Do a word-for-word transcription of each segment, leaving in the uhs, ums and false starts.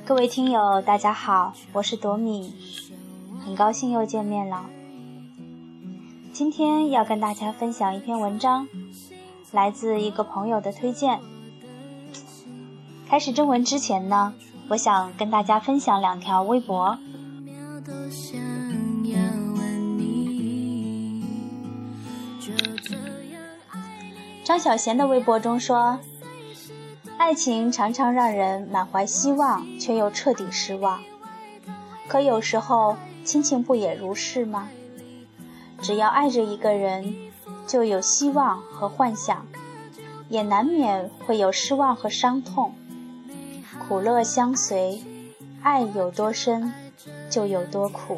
各位听友大家好，我是朵米，很高兴又见面了。今天要跟大家分享一篇文章，来自一个朋友的推荐。开始正文之前呢，我想跟大家分享两条微博。张小娴的微博中说，爱情常常让人满怀希望，却又彻底失望。可有时候，亲情不也如是吗？只要爱着一个人，就有希望和幻想，也难免会有失望和伤痛。苦乐相随，爱有多深，就有多苦。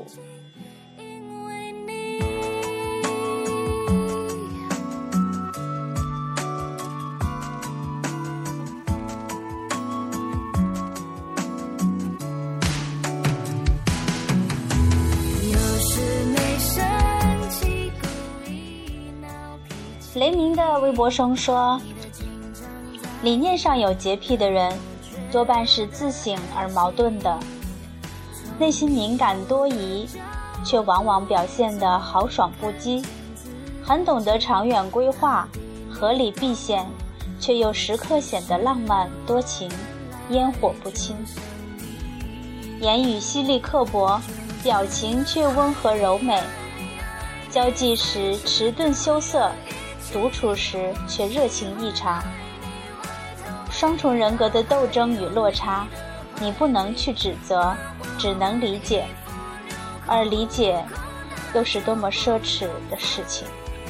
雷鸣的微博中说，理念上有洁癖的人多半是自省而矛盾的，内心敏感多疑，却往往表现得豪爽不羁，很懂得长远规划，合理避险，却又时刻显得浪漫多情，烟火不侵。言语犀利刻薄，表情却温和柔美，交际时迟钝羞涩，独处时却热情异常。双重人格的斗争与落差，你不能去指责，只能理解，而理解又是多么奢侈的事情。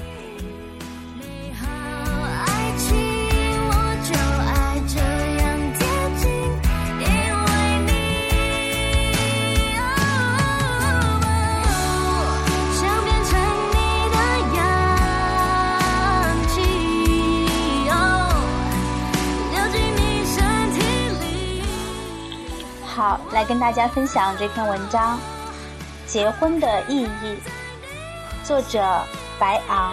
好，来跟大家分享这篇文章，结婚的意义，作者白昂。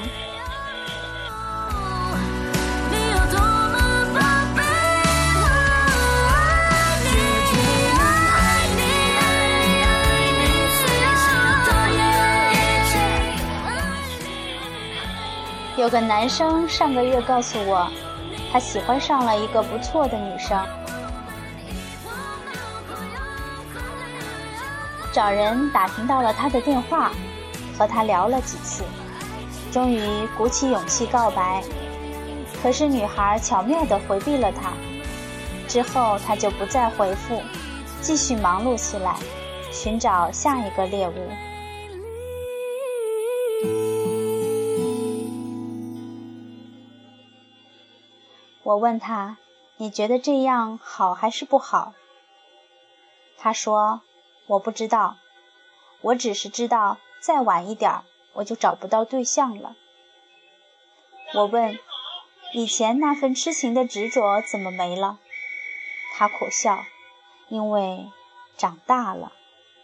有个男生上个月告诉我，他喜欢上了一个不错的女生，找人打听到了他的电话，和他聊了几次，终于鼓起勇气告白。可是女孩巧妙地回避了他，之后他就不再回复，继续忙碌起来，寻找下一个猎物。我问他，你觉得这样好还是不好？他说，我不知道，我只是知道再晚一点我就找不到对象了。我问，以前那份痴情的执着怎么没了？他苦笑，因为长大了。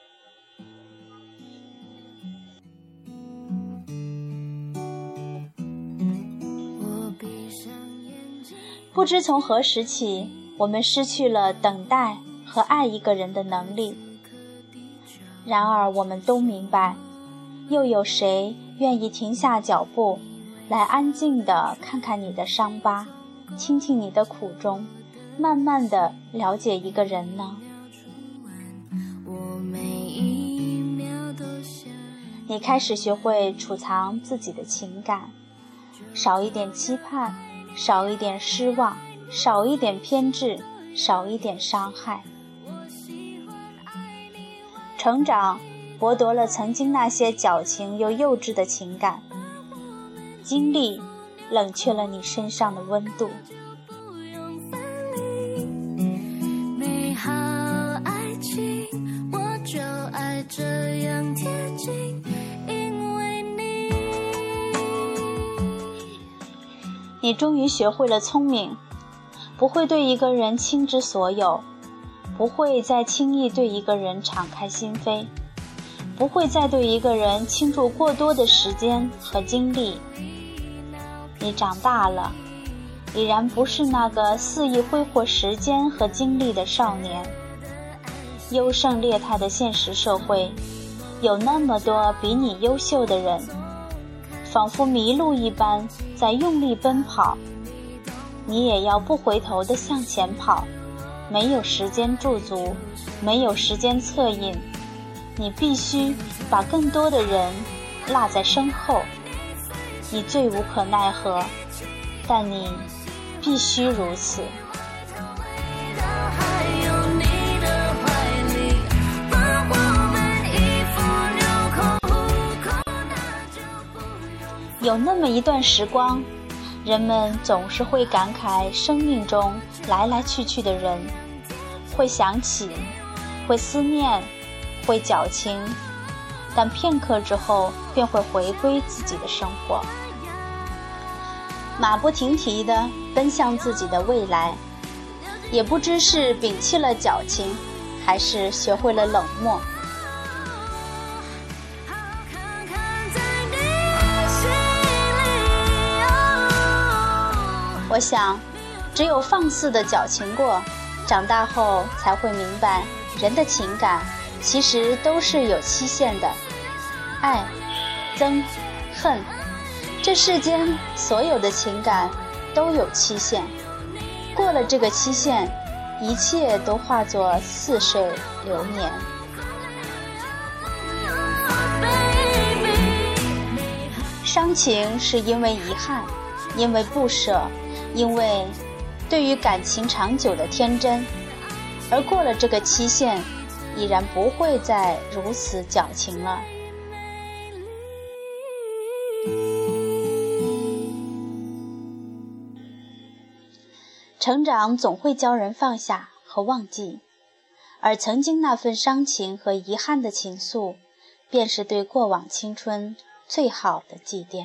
不知从何时起，我们失去了等待和爱一个人的能力。然而我们都明白，又有谁愿意停下脚步，来安静地看看你的伤疤，倾听你的苦衷，慢慢地了解一个人呢？你开始学会储藏自己的情感，少一点期盼，少一点失望，少一点偏执，少一点伤害。成长剥夺了曾经那些矫情又幼稚的情感，经历冷却了你身上的温度。美好爱情，我就爱这样贴近，因为你。你终于学会了聪明，不会对一个人倾之所有，不会再轻易对一个人敞开心扉，不会再对一个人倾注过多的时间和精力。你长大了，已然不是那个肆意挥霍时间和精力的少年， 优胜劣汰的现实社会，有那么多比你优秀的人，仿佛迷路一般在用力奔跑，你也要不回头地向前跑，没有时间驻足，没有时间策应，你必须把更多的人落在身后。你最无可奈何，但你必须如此。有那么一段时光，人们总是会感慨生命中来来去去的人，会想起，会思念，会矫情，但片刻之后便会回归自己的生活，马不停蹄地奔向自己的未来，也不知是摒弃了矫情，还是学会了冷漠。我想，只有放肆的矫情过，长大后才会明白，人的情感其实都是有期限的。爱、憎、恨，这世间所有的情感都有期限，过了这个期限，一切都化作似水流年。伤情是因为遗憾，因为不舍，因为对于感情长久的天真，而过了这个期限，已然不会再如此矫情了。成长总会教人放下和忘记，而曾经那份伤情和遗憾的情愫，便是对过往青春最好的祭奠。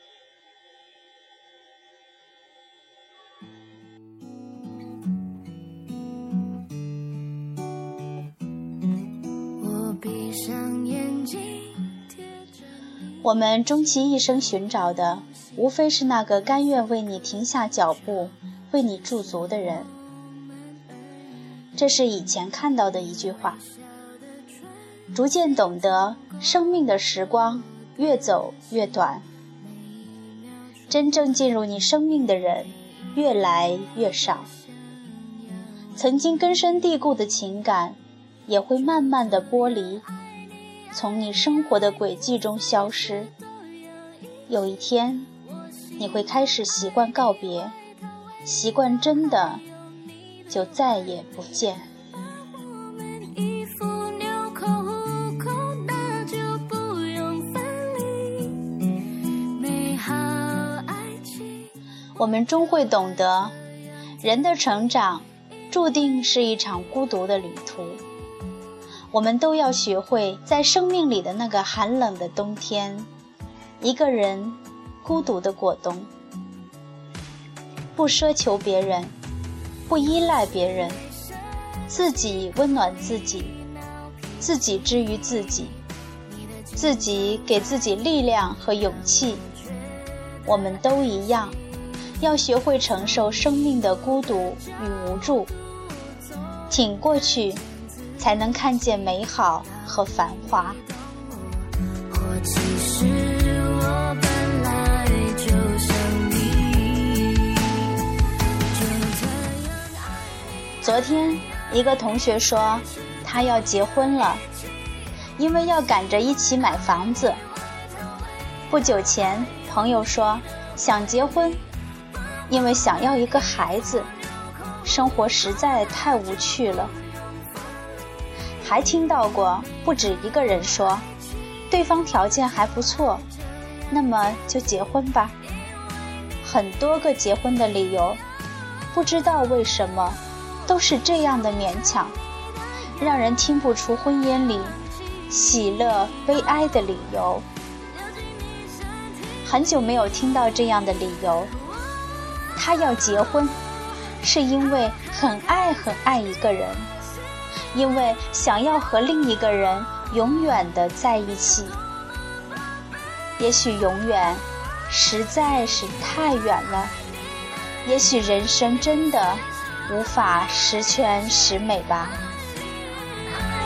我们终其一生寻找的，无非是那个甘愿为你停下脚步，为你驻足的人。这是以前看到的一句话，逐渐懂得生命的时光越走越短，真正进入你生命的人越来越少，曾经根深蒂固的情感也会慢慢的剥离，从你生活的轨迹中消失。有一天，你会开始习惯告别，习惯真的就再也不见。我们终会懂得，人的成长注定是一场孤独的旅途。我们都要学会在生命里的那个寒冷的冬天，一个人孤独地过冬，不奢求别人，不依赖别人，自己温暖自己，自己治愈自己，自己给自己力量和勇气。我们都一样，要学会承受生命的孤独与无助，挺过去，才能看见美好和繁华。昨天一个同学说他要结婚了，因为要赶着一起买房子。不久前朋友说想结婚，因为想要一个孩子，生活实在太无趣了。还听到过不止一个人说，对方条件还不错，那么就结婚吧。很多个结婚的理由，不知道为什么都是这样的勉强，让人听不出婚姻里喜乐悲哀的理由。很久没有听到这样的理由，他要结婚是因为很爱很爱一个人，因为想要和另一个人永远的在一起。也许永远实在是太远了，也许人生真的无法十全十美吧。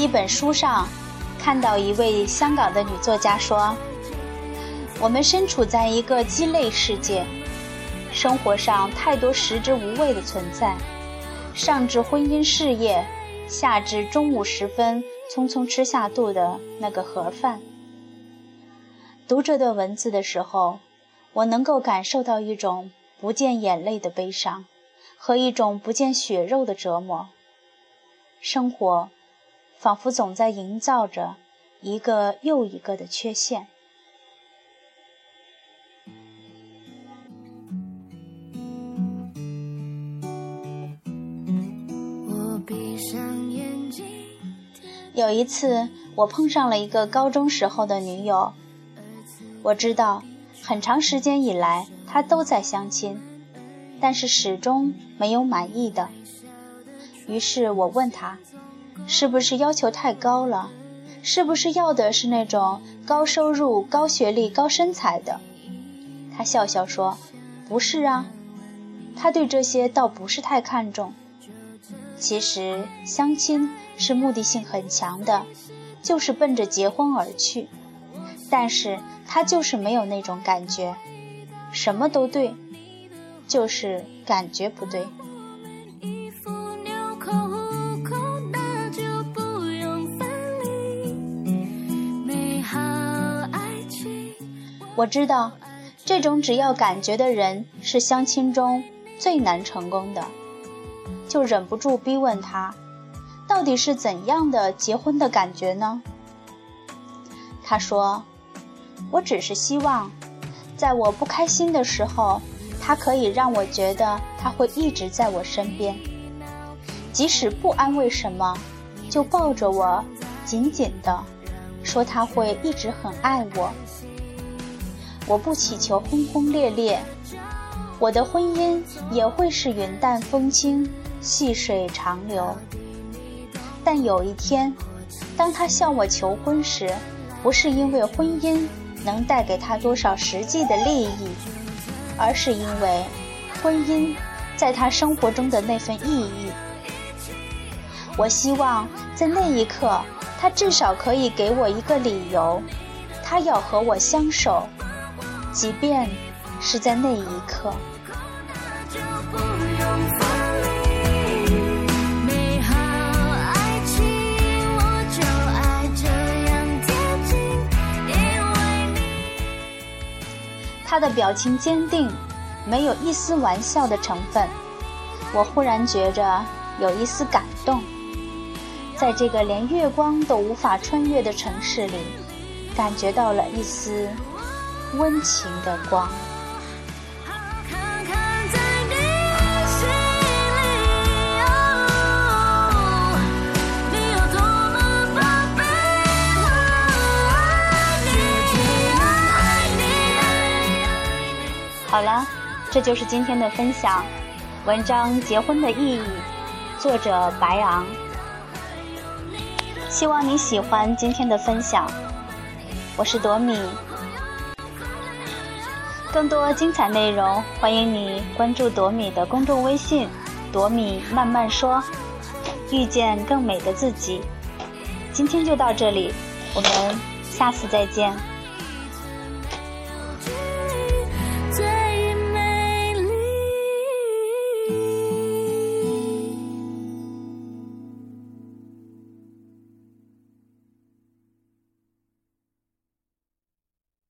一本书上看到一位香港的女作家说，我们身处在一个鸡肋世界，生活上太多食之无味的存在，上至婚姻事业，下至中午时分匆匆吃下肚的那个盒饭。读这段文字的时候，我能够感受到一种不见眼泪的悲伤和一种不见血肉的折磨。生活仿佛总在营造着一个又一个的缺陷。有一次，我碰上了一个高中时候的女友，我知道很长时间以来她都在相亲，但是始终没有满意的。于是我问她，是不是要求太高了？是不是要的是那种高收入、高学历、高身材的？她笑笑说，不是啊，她对这些倒不是太看重。其实相亲是目的性很强的，就是奔着结婚而去，但是她就是没有那种感觉，什么都对，就是感觉不对。我知道这种只要感觉的人是相亲中最难成功的，就忍不住逼问他，到底是怎样的结婚的感觉呢？他说，我只是希望在我不开心的时候，他可以让我觉得他会一直在我身边，即使不安慰什么，就抱着我紧紧的说他会一直很爱我。我不祈求轰轰烈烈，我的婚姻也会是云淡风轻，细水长流。但有一天，当他向我求婚时，不是因为婚姻能带给他多少实际的利益，而是因为婚姻在他生活中的那份意义。我希望在那一刻，他至少可以给我一个理由，他要和我相守，即便是在那一刻。他的表情坚定，没有一丝玩笑的成分，我忽然觉着有一丝感动。在这个连月光都无法穿越的城市里，感觉到了一丝温情的光。好了，这就是今天的分享。文章《结婚的意义》，作者白昂。希望你喜欢今天的分享。我是朵米。更多精彩内容，欢迎你关注朵米的公众微信朵米慢慢说，遇见更美的自己。今天就到这里，我们下次再见。